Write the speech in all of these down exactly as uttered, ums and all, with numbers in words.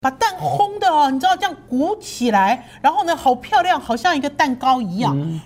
把蛋烘的哦，你知道这样鼓起来，然后呢，好漂亮，好像一个蛋糕一样。嗯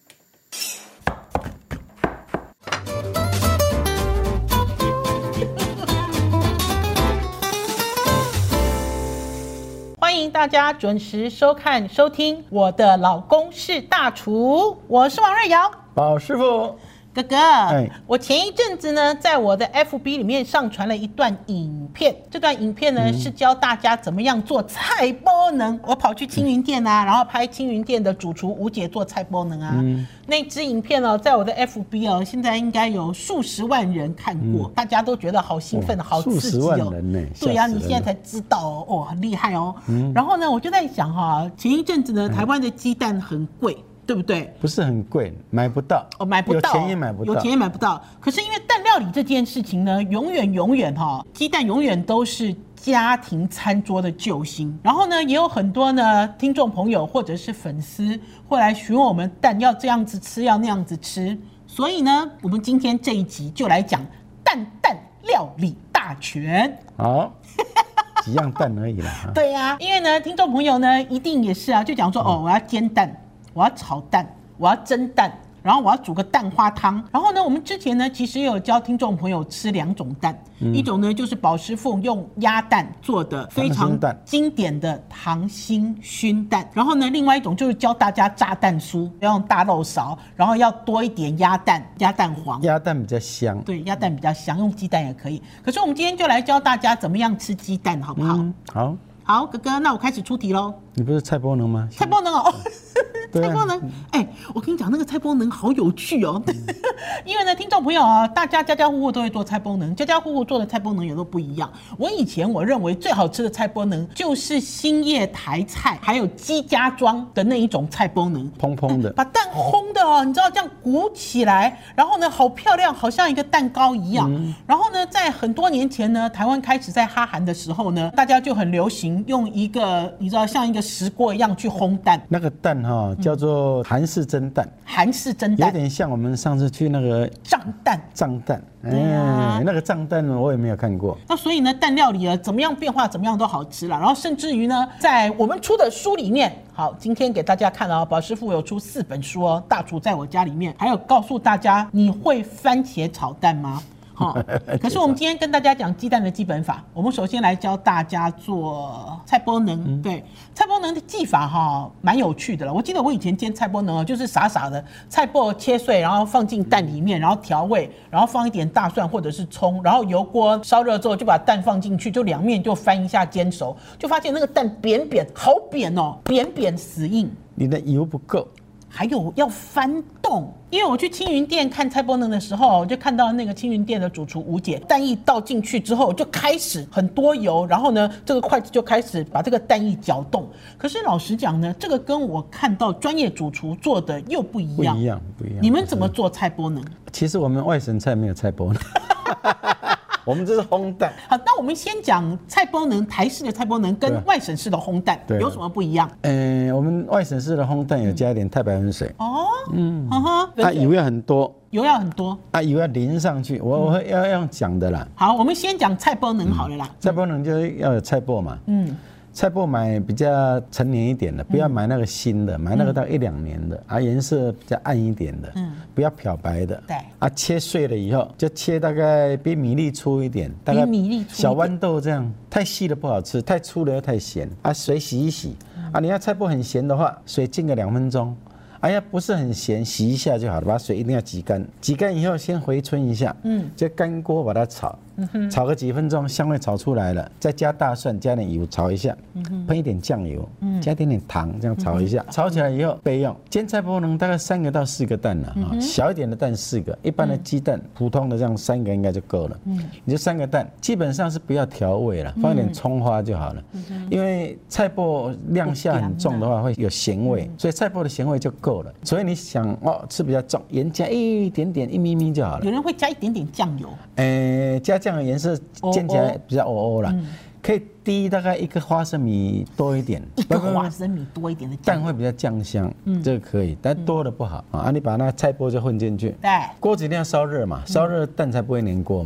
欢迎大家准时收看收听我的老公是大厨，我是王瑞瑶， 宝师傅。 哥哥，哎，我前一阵子呢，在我的 F B 里面上传了一段影片。这段影片呢、嗯、是教大家怎么样做菜包能。我跑去青云店啊，然后拍青云店的主厨吴姐做菜包能啊。嗯、那支影片哦，在我的 F B 哦，现在应该有数十万人看过，嗯、大家都觉得好兴奋、哦、好刺激哦。 数十万人呢？ 对啊，你现在才知道哦，哦，很厉害哦。嗯、然后呢，我就在想哈、哦，前一阵子呢，台湾的鸡蛋很贵。嗯对不对？ 不是很贵，买不到哦，买不到， 有钱也买不到， 有钱也买不到。可是因为蛋料理这件事情呢，永远永远哈、哦，鸡蛋永远都是家庭餐桌的救星。然后呢，也有很多呢听众朋友或者是粉丝会来询问我们蛋要这样子吃，要那样子吃。所以呢，我们今天这一集就来讲蛋蛋料理大全。 好。几样蛋而已啦。 对呀、啊，因为呢，听众朋友呢一定也是啊，就讲说、嗯、哦，我要煎蛋，我要炒蛋，我要蒸蛋，然后我要煮个蛋花汤。然后呢，我们之前呢其实也有教听众朋友吃两种蛋，嗯、一种呢就是宝师傅用鸭蛋做的非常经典的溏心熏蛋，然后呢，另外一种就是教大家炸蛋酥，要用大漏勺，然后要多一点鸭蛋、鸭蛋黄。 鸭蛋比较香， 对，鸭蛋比较香，用鸡蛋也可以。可是我们今天就来教大家怎么样吃鸡蛋，好不好？ 嗯、好。 好，哥哥，那我开始出题喽。 你不是蔡波能吗？ 蔡波能哦，蔡波能，哎、欸，我跟你讲，那个蔡波能好有趣哦。嗯、因为呢，听众朋友啊，大家家家户户都会做蔡波能，家家户户做的蔡波能也都不一样。我以前我认为最好吃的蔡波能就是兴业台菜，还有鸡家庄的那一种蔡波能， 蓬蓬的， 把蛋烘的哦，你知道这样鼓起来，然后呢，好漂亮，好像一个蛋糕一样。嗯、然后呢，在很多年前呢，台湾开始在哈韩的时候呢，大家就很流行用一个你知道像一个石锅一样去烘蛋。 那个蛋哈、哦、叫做韩式蒸蛋， 韩式蒸蛋有点像我们上次去那个胀蛋。 胀蛋，哎、啊，那个胀蛋我也没有看过。 那所以呢，蛋料理啊，怎么样变化，怎么样都好吃了。然后甚至于呢，在我们出的书里面，好，今天给大家看哦，宝师傅有出四本书哦，大厨在我家里面，还有告诉大家，你会番茄炒蛋吗？哦、可是我们今天跟大家讲鸡蛋的基本法，我们首先来教大家做菜包能。嗯、对，菜包能的技法哈、哦，蛮有趣的了。我记得我以前煎菜包能哦，就是傻傻的菜包切碎，然后放进蛋里面，然后调味，然后放一点大蒜或者是葱，然后油锅烧热之后就把蛋放进去，就两面就翻一下煎熟，就发现那个蛋扁扁，好扁哦，扁扁死硬。 你的油不够。 还有要翻动，因为我去青云店看菜包能的时候，我就看到那个青云店的主厨吴姐，蛋液倒进去之后就开始很多油，然后呢，这个筷子就开始把这个蛋液搅动。可是老实讲呢，这个跟我看到专业主厨做的又不一样， 不一样，不一样。 你们怎么做菜包能？ 其实我们外省菜没有菜包能。我们这是烘蛋。 好，那我们先讲菜包能，台式的菜包能跟外省式的烘蛋有什么不一样？ 呃，我们外省式的烘蛋有加一点太白粉水。 哦，嗯，哈哈， 啊，油要很多， 油要很多， 啊，油要淋上去。我我要要讲的啦。 好，我们先讲菜包能好了啦。 菜包能就是要有菜脯嘛。嗯。菜脯买比较成年一点的，不要买那个新的，嗯、买那个到一两年的，啊，颜色比较暗一点的，嗯，不要漂白的，对，啊，切碎了以后就切大概比米粒粗一点，大概小豌豆这样，太细的不好吃，太粗的又太咸，啊，水洗一洗，嗯、啊，你要菜脯很咸的话，水浸个两分钟。哎呀，不是很咸，洗一下就好了，把水一定要挤干，挤干以后先回春一下，嗯，就干锅把它炒，嗯、炒个几分钟，香味炒出来了，再加大蒜，加点油炒一下，嗯、喷一点酱油，嗯、加点点糖，这样炒一下，嗯、炒起来以后备用。煎菜包能大概三个到四个蛋了，嗯、小一点的蛋四个，一般的鸡蛋、嗯、普通的这样三个应该就够了。嗯，你就三个蛋，基本上是不要调味了，放一点葱花就好了，嗯、因为菜包量下很重的话会有咸味，嗯、所以菜包的咸味就够。够了，所以你想哦，吃比较重，盐加一点点，一咪咪就好了。 有人会加一点点酱油， 呃，加酱油颜色煎起来比较欧欧啦。可以滴大概一个花生米多一点， 一个花生米多一点的蛋会比较酱香，嗯，这个可以，但多了不好啊。你把那菜脯就混进去， 对， 锅子一定要烧热嘛，烧热蛋才不会粘锅嘛。对，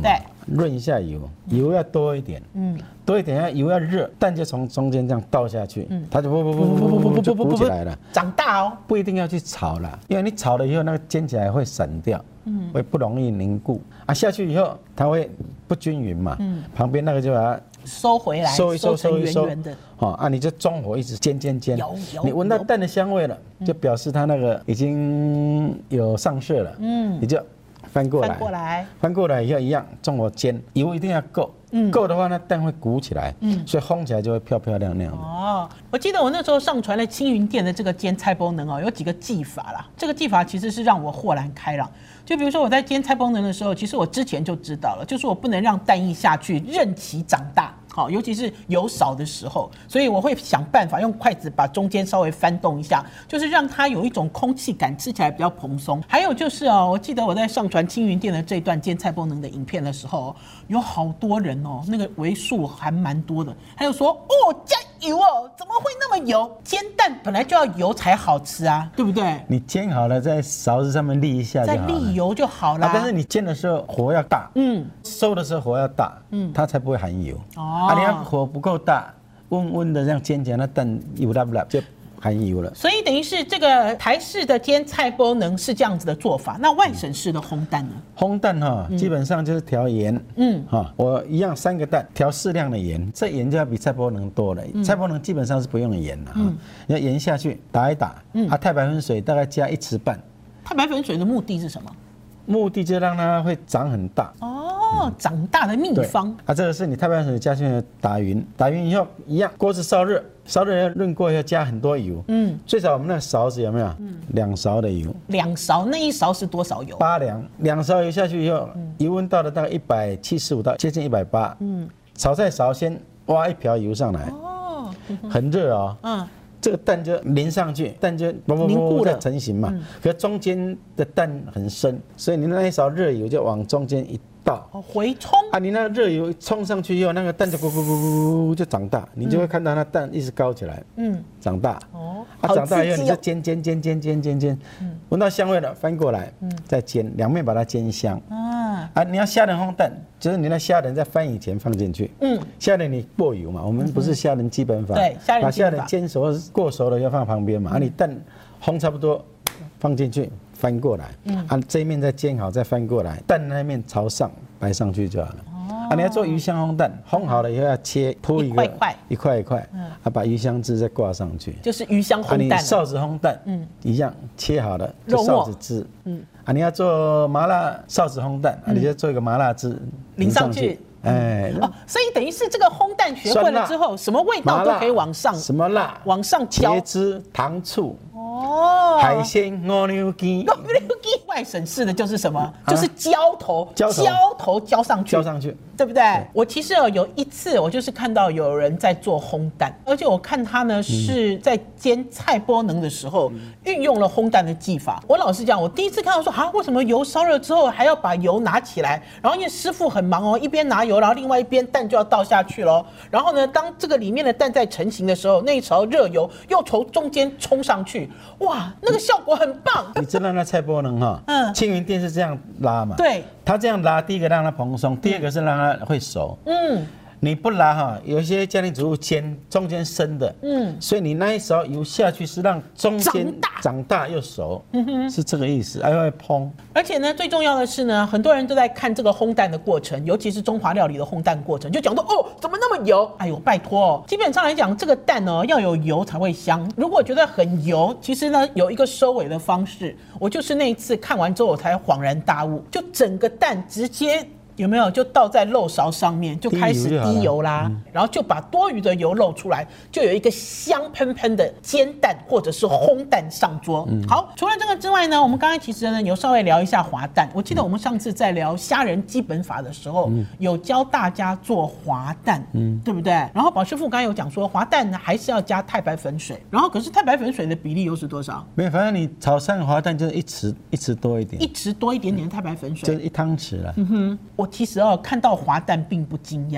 润一下油，油要多一点，嗯，多一点，要油要热，蛋就从中间这样倒下去，嗯，它就不不不不不不就鼓起来了， 长大哦， 不一定要去炒了，因为你炒了以后，那个煎起来会散掉，嗯，会不容易凝固啊，下去以后它会不均匀嘛，嗯，旁边那个就把它收回来， 收一收，收一收， 哦啊，你就中火一直煎煎煎，你闻到蛋的香味了，就表示它那个已经有上色了，嗯，你就翻过来， 翻过来， 翻过来以后一样中火煎，油一定要够，嗯，够的话那蛋会鼓起来，嗯，所以烘起来就会漂漂亮亮的。 哦，我记得我那时候上传了青云店的这个煎菜包能哦，有几个技法啦，这个技法其实是让我豁然开朗。就比如说我在煎菜包能的时候，其实我之前就知道了，就是我不能让蛋液下去任其长大。好，尤其是油少的时候，所以我会想办法用筷子把中间稍微翻动一下，就是让它有一种空气感，吃起来比较蓬松。还有就是哦，我记得我在上传青云店的这段煎菜包能的影片的时候，有好多人哦，那个为数还蛮多的，还有说哦加油哦，怎么会那么油？煎蛋本来就要油才好吃啊，对不对？ 你煎好了，在勺子上面沥一下就好了， 再沥油就好了。 啊，但是你煎的时候火要大，嗯，收的时候火要大，嗯，它才不会含油。哦。啊，你要火不够大，温温的这样煎起来，那蛋油不不就含油了。 所以等于是这个台式的煎菜包能是这样子的做法，那外省式的烘蛋呢？ 烘蛋哈，基本上就是调盐，嗯，哈，我一样三个蛋调适量的盐，这盐就要比菜包能多了。菜包能基本上是不用盐了，嗯，要盐下去打一打，嗯，啊，太白粉水大概加一匙半。 太白粉水的目的是什么？ 目的就让它会长很大。 哦，长大的秘方啊，这个是你太白粉水加进去打匀，打匀以后一样，锅子烧热，烧热要润过以后加很多油，嗯，最少我们那个勺子有没有？嗯，两勺的油。 两勺，那一勺是多少油？ 八两，两勺油下去以后，油温到了大概一百七十五到接近一百八，嗯，炒菜勺先挖一瓢油上来，哦，很热哦，嗯。这个蛋就淋上去，蛋就凝固了成型嘛。嗯、可中间的蛋很深，所以你那一勺热油就往中间一倒， 哦，回冲啊！你那热油冲上去以后，那个蛋就咕咕咕咕咕就长大，你就会看到那蛋一直高起来，嗯，长大。哦，啊，长大以后你就煎煎煎煎煎煎煎，闻到香味了，翻过来，嗯，再煎，两面把它煎香。啊，啊，你要虾仁烘蛋，就是你那虾仁在翻以前放进去，嗯，虾仁你过油嘛，我们不是虾仁基本法， 对， 把虾仁煎熟过熟了要放旁边嘛，啊，你蛋烘差不多放进去。翻过来，嗯，啊，这一面再煎好，再翻过来，蛋那一面朝上摆上去就好了。哦，啊，你要做鱼香烘蛋，烘好了以后要切铺一个一块一块一块，嗯，啊，把鱼香汁再挂上去， 就是鱼香烘蛋。 啊，你臊子烘蛋，嗯，一样切好了，就臊子汁，嗯，啊，你要做麻辣臊子烘蛋，啊，你就做一个麻辣汁淋上去。哎，哦，所以等于是这个烘蛋学会了之后，什么味道都可以往上， 什么辣往上浇，茄汁、糖醋。哦，海鲜蜗牛鸡，蜗牛鸡外省式的就是什么？就是浇头，浇头浇上去， 浇上去， 对不对？我其实有一次，我就是看到有人在做烘蛋，而且我看他呢是在煎菜包能的时候运用了烘蛋的技法。我老实讲，我第一次看到说啊，为什么油烧热之后还要把油拿起来？然后因为师傅很忙哦，一边拿油，然后另外一边蛋就要倒下去咯。然后呢，当这个里面的蛋在成型的时候，那一勺热油又从中间冲上去。哇，那个效果很棒！ 你知道那菜包能哈？嗯，青云店是这样拉嘛？ 对， 它这样拉，第一个让它蓬松，第二个是让它会熟。嗯，你不拉哈，有一些家庭主妇煎中间生的，嗯，所以你那一勺油下去是让中间长大又熟，嗯哼，是这个意思，还会蓬。 而且呢，最重要的是呢，很多人都在看这个烘蛋的过程，尤其是中华料理的烘蛋过程，就讲说哦，怎么那么油？哎呦，拜托哦，基本上来讲，这个蛋哦要有油才会香。如果觉得很油，其实呢有一个收尾的方式，我就是那一次看完之后我才恍然大悟，就整个蛋直接。有没有就倒在漏勺上面，就开始滴油啦，嗯、然后就把多余的油漏出来，就有一个香喷喷的煎蛋或者是烘蛋上桌。嗯、好，除了这个之外呢，我们刚才其实呢有稍微聊一下滑蛋。我记得我们上次在聊虾仁基本法的时候，嗯、有教大家做滑蛋，嗯，对不对？然后宝师傅刚才有讲说，滑蛋呢还是要加太白粉水，然后可是太白粉水的比例又是多少？ 没有，反正你炒三个滑蛋就是一匙一匙多一点， 一匙多一点点太白粉水， 就是一汤匙了。 嗯哼。我其实哦看到滑蛋并不惊讶啦，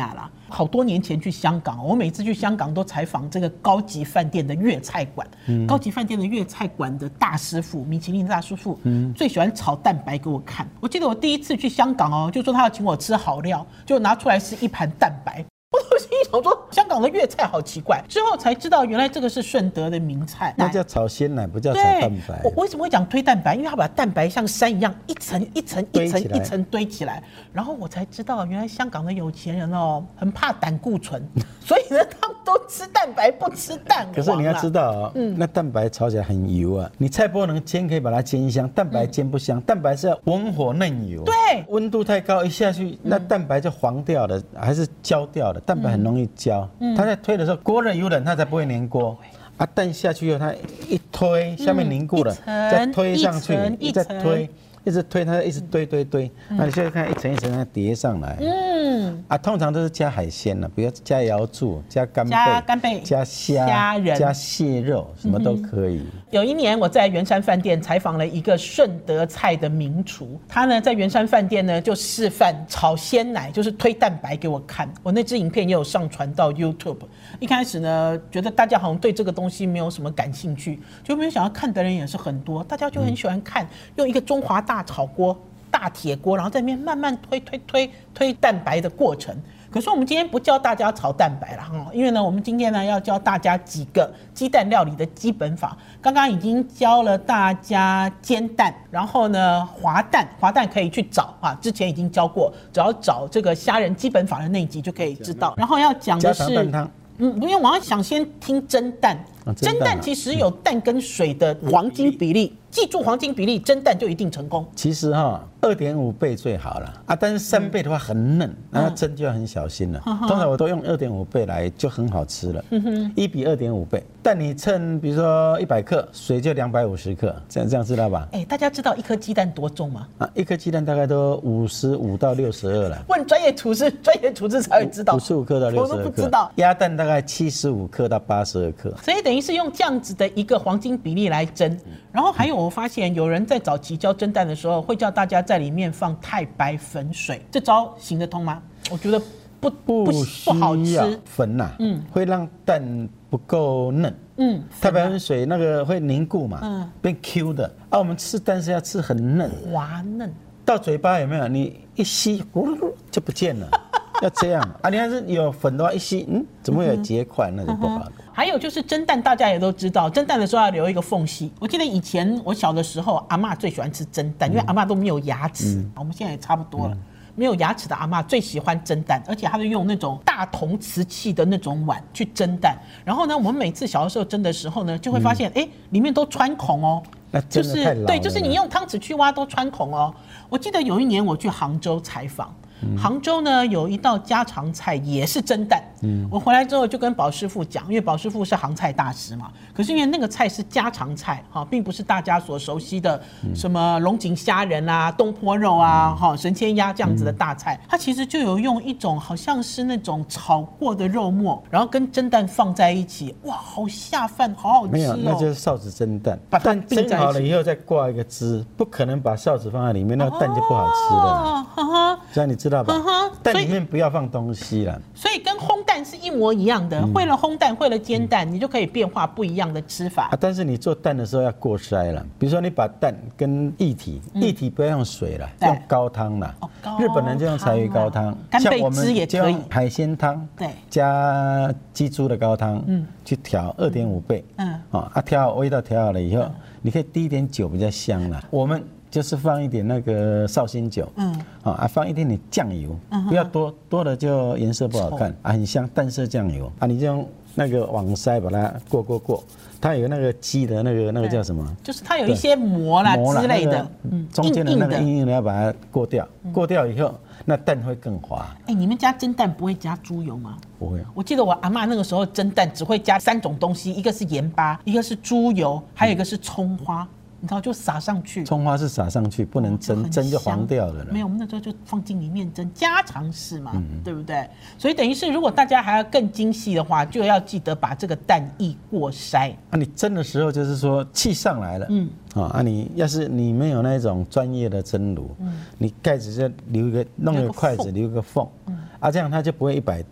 好多年前去香港，我每次去香港都采访这个高级饭店的粤菜馆，嗯、高级饭店的粤菜馆的大师傅，米其林大师傅，嗯、最喜欢炒蛋白给我看。我记得我第一次去香港哦，就说他要请我吃好料，就拿出来是一盘蛋白。我心想说，香港的粤菜好奇怪，之后才知道原来这个是顺德的名菜， 那叫炒鲜奶，不叫炒蛋白。 我为什么会讲推蛋白？因为他把蛋白像山一样一层一层一层一层堆起来，然后我才知道原来香港的有钱人哦很怕胆固醇，所以呢他们都吃蛋白不吃蛋黄。 可是你要知道哦，嗯、那蛋白炒起来很油啊，你菜脯能煎可以把它煎香，蛋白煎不香，嗯、蛋白是要文火嫩油， 对， 温度太高一下去，那蛋白就黄掉了，还是焦掉了。蛋白很容易焦，嗯、它在推的时候锅热油冷，它才不会粘锅。啊，蛋下去以后，它一推，下面凝固了，嗯、再推上去，再推，一直推，它一直堆堆堆。那、嗯、你现在看一层一层它叠上来。嗯。啊，通常都是加海鲜了，比如加瑶柱、加干贝、 加干贝、 加虾、虾仁、加蟹肉，什么都可以。嗯、 有一年我在圆山饭店采访了一个顺德菜的名厨，他呢在圆山饭店呢就示范炒鲜奶，就是推蛋白给我看。我那支影片也有上传到 YouTube。一开始呢，觉得大家好像对这个东西没有什么感兴趣，就没有想到看的人也是很多，大家就很喜欢看，嗯、用一个中华大炒锅。大铁锅，然后在那边慢慢推推推推蛋白的过程。可是我们今天不教大家炒蛋白了哈，因为呢，我们今天呢要教大家几个鸡蛋料理的基本法。刚刚已经教了大家煎蛋，然后呢滑蛋，滑蛋可以去找啊，之前已经教过，只要找这个虾仁基本法的那一集就可以知道。然后要讲的是加糖蛋汤。 嗯，不用，我要想先听蒸蛋。蒸蛋其实有蛋跟水的黄金比例，记住黄金比例，蒸蛋就一定成功。 其实哈，二点五倍最好了啊，但是三倍的话很嫩，然后蒸就要很小心了。通常我都用二点五倍来，就很好吃了。一比二点五倍，但你称比如说一百克，水就两百五十克，这样这样知道吧？ 哎，大家知道一颗鸡蛋多重吗？ 啊，一颗鸡蛋大概都五十五到六十二了。 问专业厨师，专业厨师才会知道。 五十五克到六十二克， 我都不知道。 鸭蛋大概七十五克到八十二克， 所以等于是用这样子的一个黄金比例来蒸。然后还有我发现有人在早期教蒸蛋的时候，会叫大家在里面放太白粉水，这招行得通吗？我觉得不不不好吃。 粉呐、啊，嗯，会让蛋不够嫩。嗯，太白粉水那个会凝固嘛，嗯，变 Q 的。啊，我们吃蛋是要吃很嫩， 滑嫩。 到嘴巴有没有？你一吸，咕噜就不见了。要这样啊！你要是有粉的话，一吸，嗯，怎么会有结块？那就不好了。 还有就是蒸蛋，大家也都知道，蒸蛋的时候要留一个缝隙。我记得以前我小的时候，阿嬷最喜欢吃蒸蛋，因为阿嬷都没有牙齿。嗯、我们现在也差不多了，嗯、没有牙齿的阿嬷最喜欢蒸蛋，而且她就用那种大铜瓷器的那种碗去蒸蛋。然后呢，我们每次小的时候蒸的时候呢，就会发现，哎、嗯，里面都穿孔哦。就是对，就是你用汤匙去挖都穿孔哦。我记得有一年我去杭州采访。杭州呢有一道家常菜也是蒸蛋，嗯，我回来之后就跟宝师傅讲，因为宝师傅是杭菜大师嘛。可是因为那个菜是家常菜，哈，并不是大家所熟悉的什么龙井虾仁啊、东坡肉啊、哈神仙鸭这样子的大菜，它其实就有用一种好像是那种炒过的肉末，然后跟蒸蛋放在一起，哇，好下饭，好好吃哦。 没有，那就是臊子蒸蛋，把蛋蒸好了以后再挂一个汁，不可能把臊子放在里面，那个蛋就不好吃了。哦，这样你知道吧？蛋里面不要放东西了， 所以跟烘蛋是一模一样的。会了烘蛋，会了煎蛋，你就可以变化不一样的吃法。 啊，但是你做蛋的时候要过筛了。比如说你把蛋跟液体，液体不要用水了，用高汤了。日本人就用柴鱼高汤， 干贝汁也可以。 海鲜汤，对，加鸡猪的高汤，嗯，去调二点五倍，嗯，啊，调好味道调好了以后，你可以滴一点酒，比较香了。我们就是放一点那个绍兴酒，嗯，啊，放一点点酱油，不要多，多了就颜色不好看，啊，很香淡色酱油，啊，你就用那个网筛把它过过过，它有那个鸡的那个那个叫什么？ 就是它有一些膜啦之类的， 嗯，中间的那个硬硬的要把它过掉，过掉以后，那蛋会更滑。 哎，你们家蒸蛋不会加猪油吗？ 不会。 我记得我阿嬷那个时候蒸蛋只会加三种东西，一个是盐巴，一个是猪油，还有一个是葱花。你知道就撒上去， 葱花是撒上去，不能蒸，蒸就黄掉了。 没有，我们那时候就放进里面蒸，家常式嘛，嗯、对不对？所以等于是，如果大家还要更精细的话，就要记得把这个蛋液过筛。 啊，你蒸的时候就是说气上来了，嗯，啊，你要是你没有那种专业的蒸炉，嗯，你盖子就留一个，弄一个筷子留一个缝，嗯，啊，这样它就不会一百度。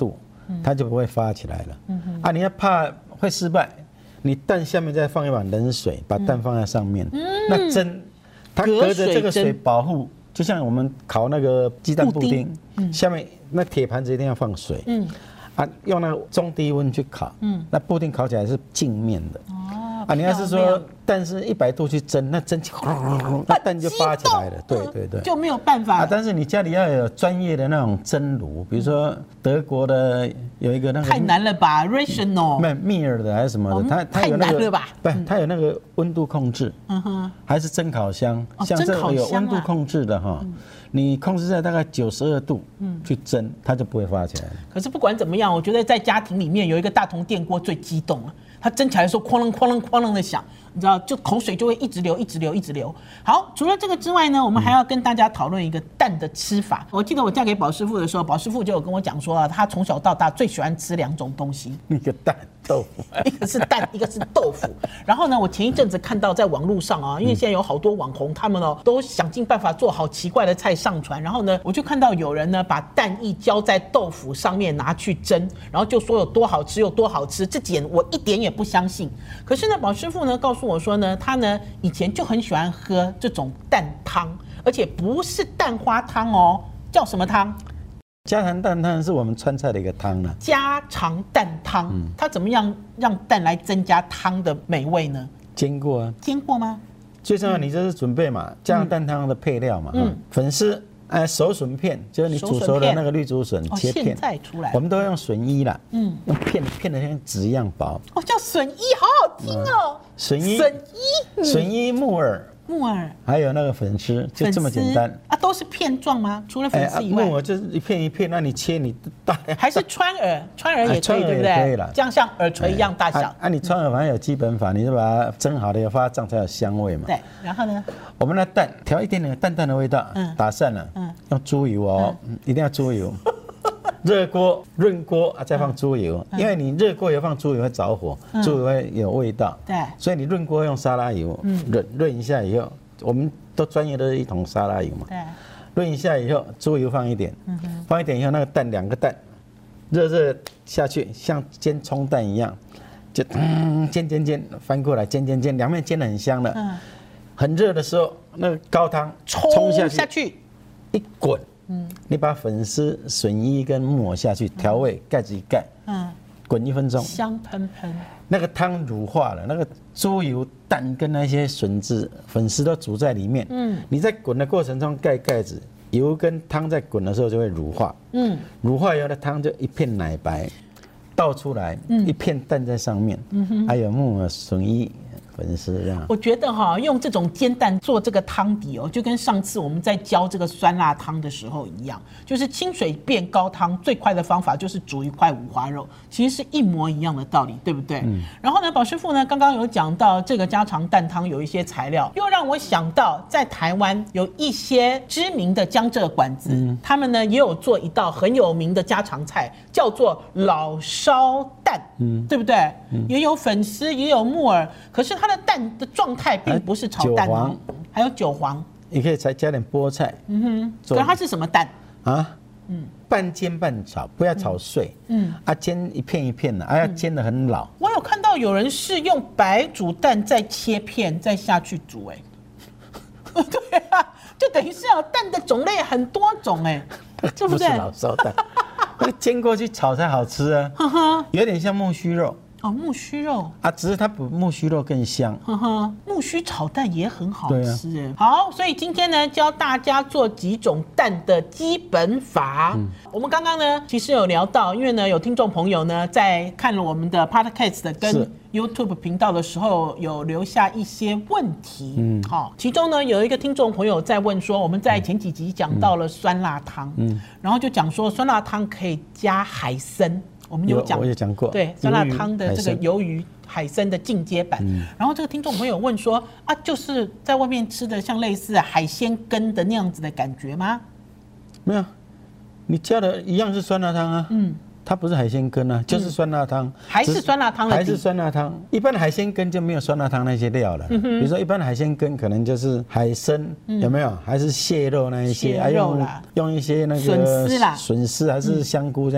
它就不会发起来了。啊，你要怕会失败，你蛋下面再放一碗冷水，把蛋放在上面，那蒸，它隔着这个水保护，就像我们烤那个鸡蛋布丁，下面那铁盘子一定要放水。啊，用那个中低温去烤，嗯，那布丁烤起来是镜面的。哦，啊，你要是说蛋是一百度去蒸，那蒸起，那蛋就发起来了。对对对， 就没有办法。 啊，但是你家里要有专业的那种蒸炉，比如说德国的有一个那个太难了吧 ，Rational， 没密尔的还是什么的，它它有那个，不，它有那个温度控制，嗯哼，还是蒸烤箱，像这个有温度控制的哈。你控制在大概九十二度，嗯，去蒸，它就不会发起来了。 可是不管怎么样，我觉得在家庭里面有一个大同电锅最激动了，它蒸起来的时候哐啷哐啷哐啷的响，你知道，就口水就会一直流，一直流，一直流。好，除了这个之外呢，我们还要跟大家讨论一个蛋的吃法。我记得我嫁给宝师傅的时候，宝师傅就有跟我讲说啊，他从小到大最喜欢吃两种东西， 一个蛋豆腐， 一个是蛋，一个是豆腐。然后呢，我前一阵子看到在网络上啊，因为现在有好多网红，他们哦都想尽办法做好奇怪的菜上传。然后呢，我就看到有人呢把蛋液浇在豆腐上面拿去蒸，然后就说有多好吃有多好吃。这点我一点也不相信。可是呢，宝师傅呢告诉我说呢，他呢以前就很喜欢喝这种蛋汤，而且不是蛋花汤哦，叫什么汤？ 家常蛋汤是我们川菜的一个汤呢。 家常蛋汤，嗯、它怎么样让蛋来增加汤的美味呢？ 煎过啊。 煎过吗？ 最重要，你就是准备嘛，家常蛋汤的配料嘛，嗯，粉丝，哎，熟笋片，就是你煮熟的那个绿竹笋，切片。 现在出来， 我们都用笋衣啦，嗯，用片片的像纸一样薄。 哦，叫笋衣，好好听哦。 笋衣， 笋衣， 笋衣木耳。 木耳， 还有那个粉丝，就这么简单啊，都是片状吗？除了粉丝以外， 木耳就是一片一片，那你切你大还是川耳，川耳也可以，对不对？可以了，这样像耳垂一样大小。 啊，你川耳反正有基本法，你就把它蒸好了，有发胀才有香味嘛。 对，然后呢？ 我们的蛋调一点点淡淡的味道，嗯，打散了，嗯，用猪油哦，一定要猪油。热锅润锅啊，再放猪油，因为你热锅油放猪油会着火，猪油会有味道。对，所以你润锅用沙拉油，润润一下以后，我们都专业的一桶沙拉油嘛。对，润一下以后，猪油放一点，放一点以后，那个蛋两个蛋，热热下去，像煎葱蛋一样，就嗯煎煎煎，翻过来煎煎煎，两面煎得很香了。嗯，很热的时候，那个高汤冲下去，下去一滚。嗯，你把粉丝、笋衣跟木耳下去调味，盖子一盖，嗯，滚一分钟， 香喷喷。 那个汤乳化了，那个猪油、蛋跟那些笋子、粉丝都煮在里面。嗯，你在滚的过程中盖盖子，油跟汤在滚的时候就会乳化。嗯，乳化以后的汤就一片奶白，倒出来，一片蛋在上面，还有木耳、笋衣。粉丝这样， 我觉得哈，用这种煎蛋做这个汤底哦，就跟上次我们在教这个酸辣汤的时候一样，就是清水变高汤最快的方法就是煮一块五花肉，其实是一模一样的道理，对不对？嗯。然后呢，宝师傅呢刚刚有讲到这个家常蛋汤有一些材料，又让我想到在台湾有一些知名的江浙馆子，嗯、他们呢也有做一道很有名的家常菜，叫做老烧蛋，嗯，对不对？嗯、也有粉丝，也有木耳，可是它的蛋的状态并不是炒蛋哦，还有韭黄， 你可以再加点菠菜。嗯哼，可是它是什么蛋啊？ 嗯，半煎半炒，不要炒碎。嗯，啊，煎一片一片的，啊，要煎得很老。 我有看到有人是用白煮蛋再切片再下去煮，哎，对啊，就等于是有蛋的种类很多种，哎，对不对？ 不是老烧蛋，那个煎过去炒才好吃啊，有点像木须肉。 哦，木须肉啊，只是它比木须肉更香。 呵呵，木须炒蛋也很好吃哎。啊、好，所以今天呢，教大家做几种蛋的基本法。嗯、我们刚刚呢，其实有聊到，因为呢，有听众朋友呢，在看了我们的 Podcast 跟 YouTube 频道的时候，有留下一些问题。嗯，好，其中呢，有一个听众朋友在问说，我们在前几集讲到了酸辣汤，嗯，然后就讲说酸辣汤可以加海参。我们有讲， 我也讲过， 对酸辣汤的这个鱿鱼海参的进阶版。嗯、然后这个听众朋友问说啊，就是在外面吃的像类似海鲜羹的那样子的感觉吗？ 没有，你加的一样是酸辣汤啊。嗯，它不是海鲜羹啊，就是酸辣汤， 还是酸辣汤的底， 还是酸辣汤。一般的海鲜羹就没有酸辣汤那些料了。嗯、比如说一般的海鲜羹可能就是海参，嗯、有没有？还是蟹肉那一些， 蟹肉啦， 用用一些那个笋丝啦， 笋丝还是香菇这样去。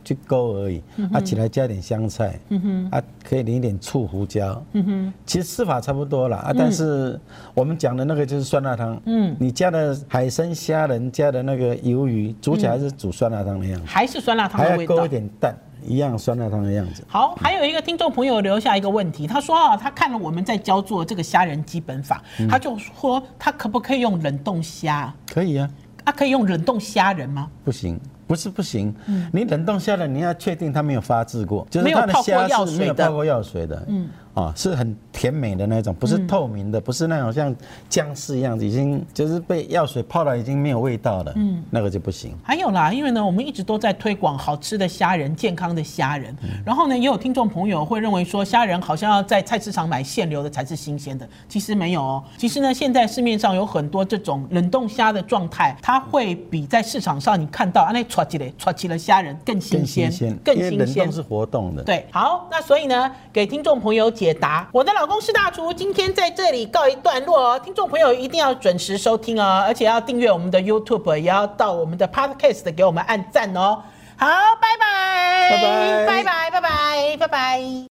去勾而已，嗯、啊，起来加点香菜，嗯哼，啊，可以淋一点醋、胡椒，嗯哼，其实吃法差不多啦，啊，但是我们讲的那个就是酸辣汤，嗯，你加的海参、虾仁，加的那个鱿鱼，煮起来是煮酸辣汤的样子， 还是酸辣汤的味道， 还要勾一点蛋。一样酸辣汤的样子。 好，还有一个听众朋友留下一个问题，他说啊，他看了我们在教做这个虾仁基本法，嗯、他就说他可不可以用冷冻虾？ 可以啊。 啊，可以用冷冻虾仁吗？ 不行，不是不行。嗯、你冷冻虾仁，你要确定它没有发质过，就是它的虾是没有泡过药水的。嗯。啊，是很甜美的那种，不是透明的，嗯、不是那种像姜丝一样子，已经就是被药水泡到已经没有味道了，嗯，那个就不行。 还有啦，因为呢，我们一直都在推广好吃的虾仁、健康的虾仁，嗯、然后呢，也有听众朋友会认为说，虾仁好像要在菜市场买现流的才是新鲜的，其实没有哦。其实呢，现在市面上有很多这种冷冻虾的状态，它会比在市场上你看到啊那抓起来抓起来虾仁更新鲜， 更新鲜，因为冷冻是活动的。 对，好，那所以呢，给听众朋友解答。我的老公是大厨，今天在这里告一段落哦。听众朋友一定要准时收听哦，而且要订阅我们的 YouTube， 也要到我们的 Podcast 给我们按赞哦。好，拜拜， 拜拜， 拜拜，拜拜，拜拜。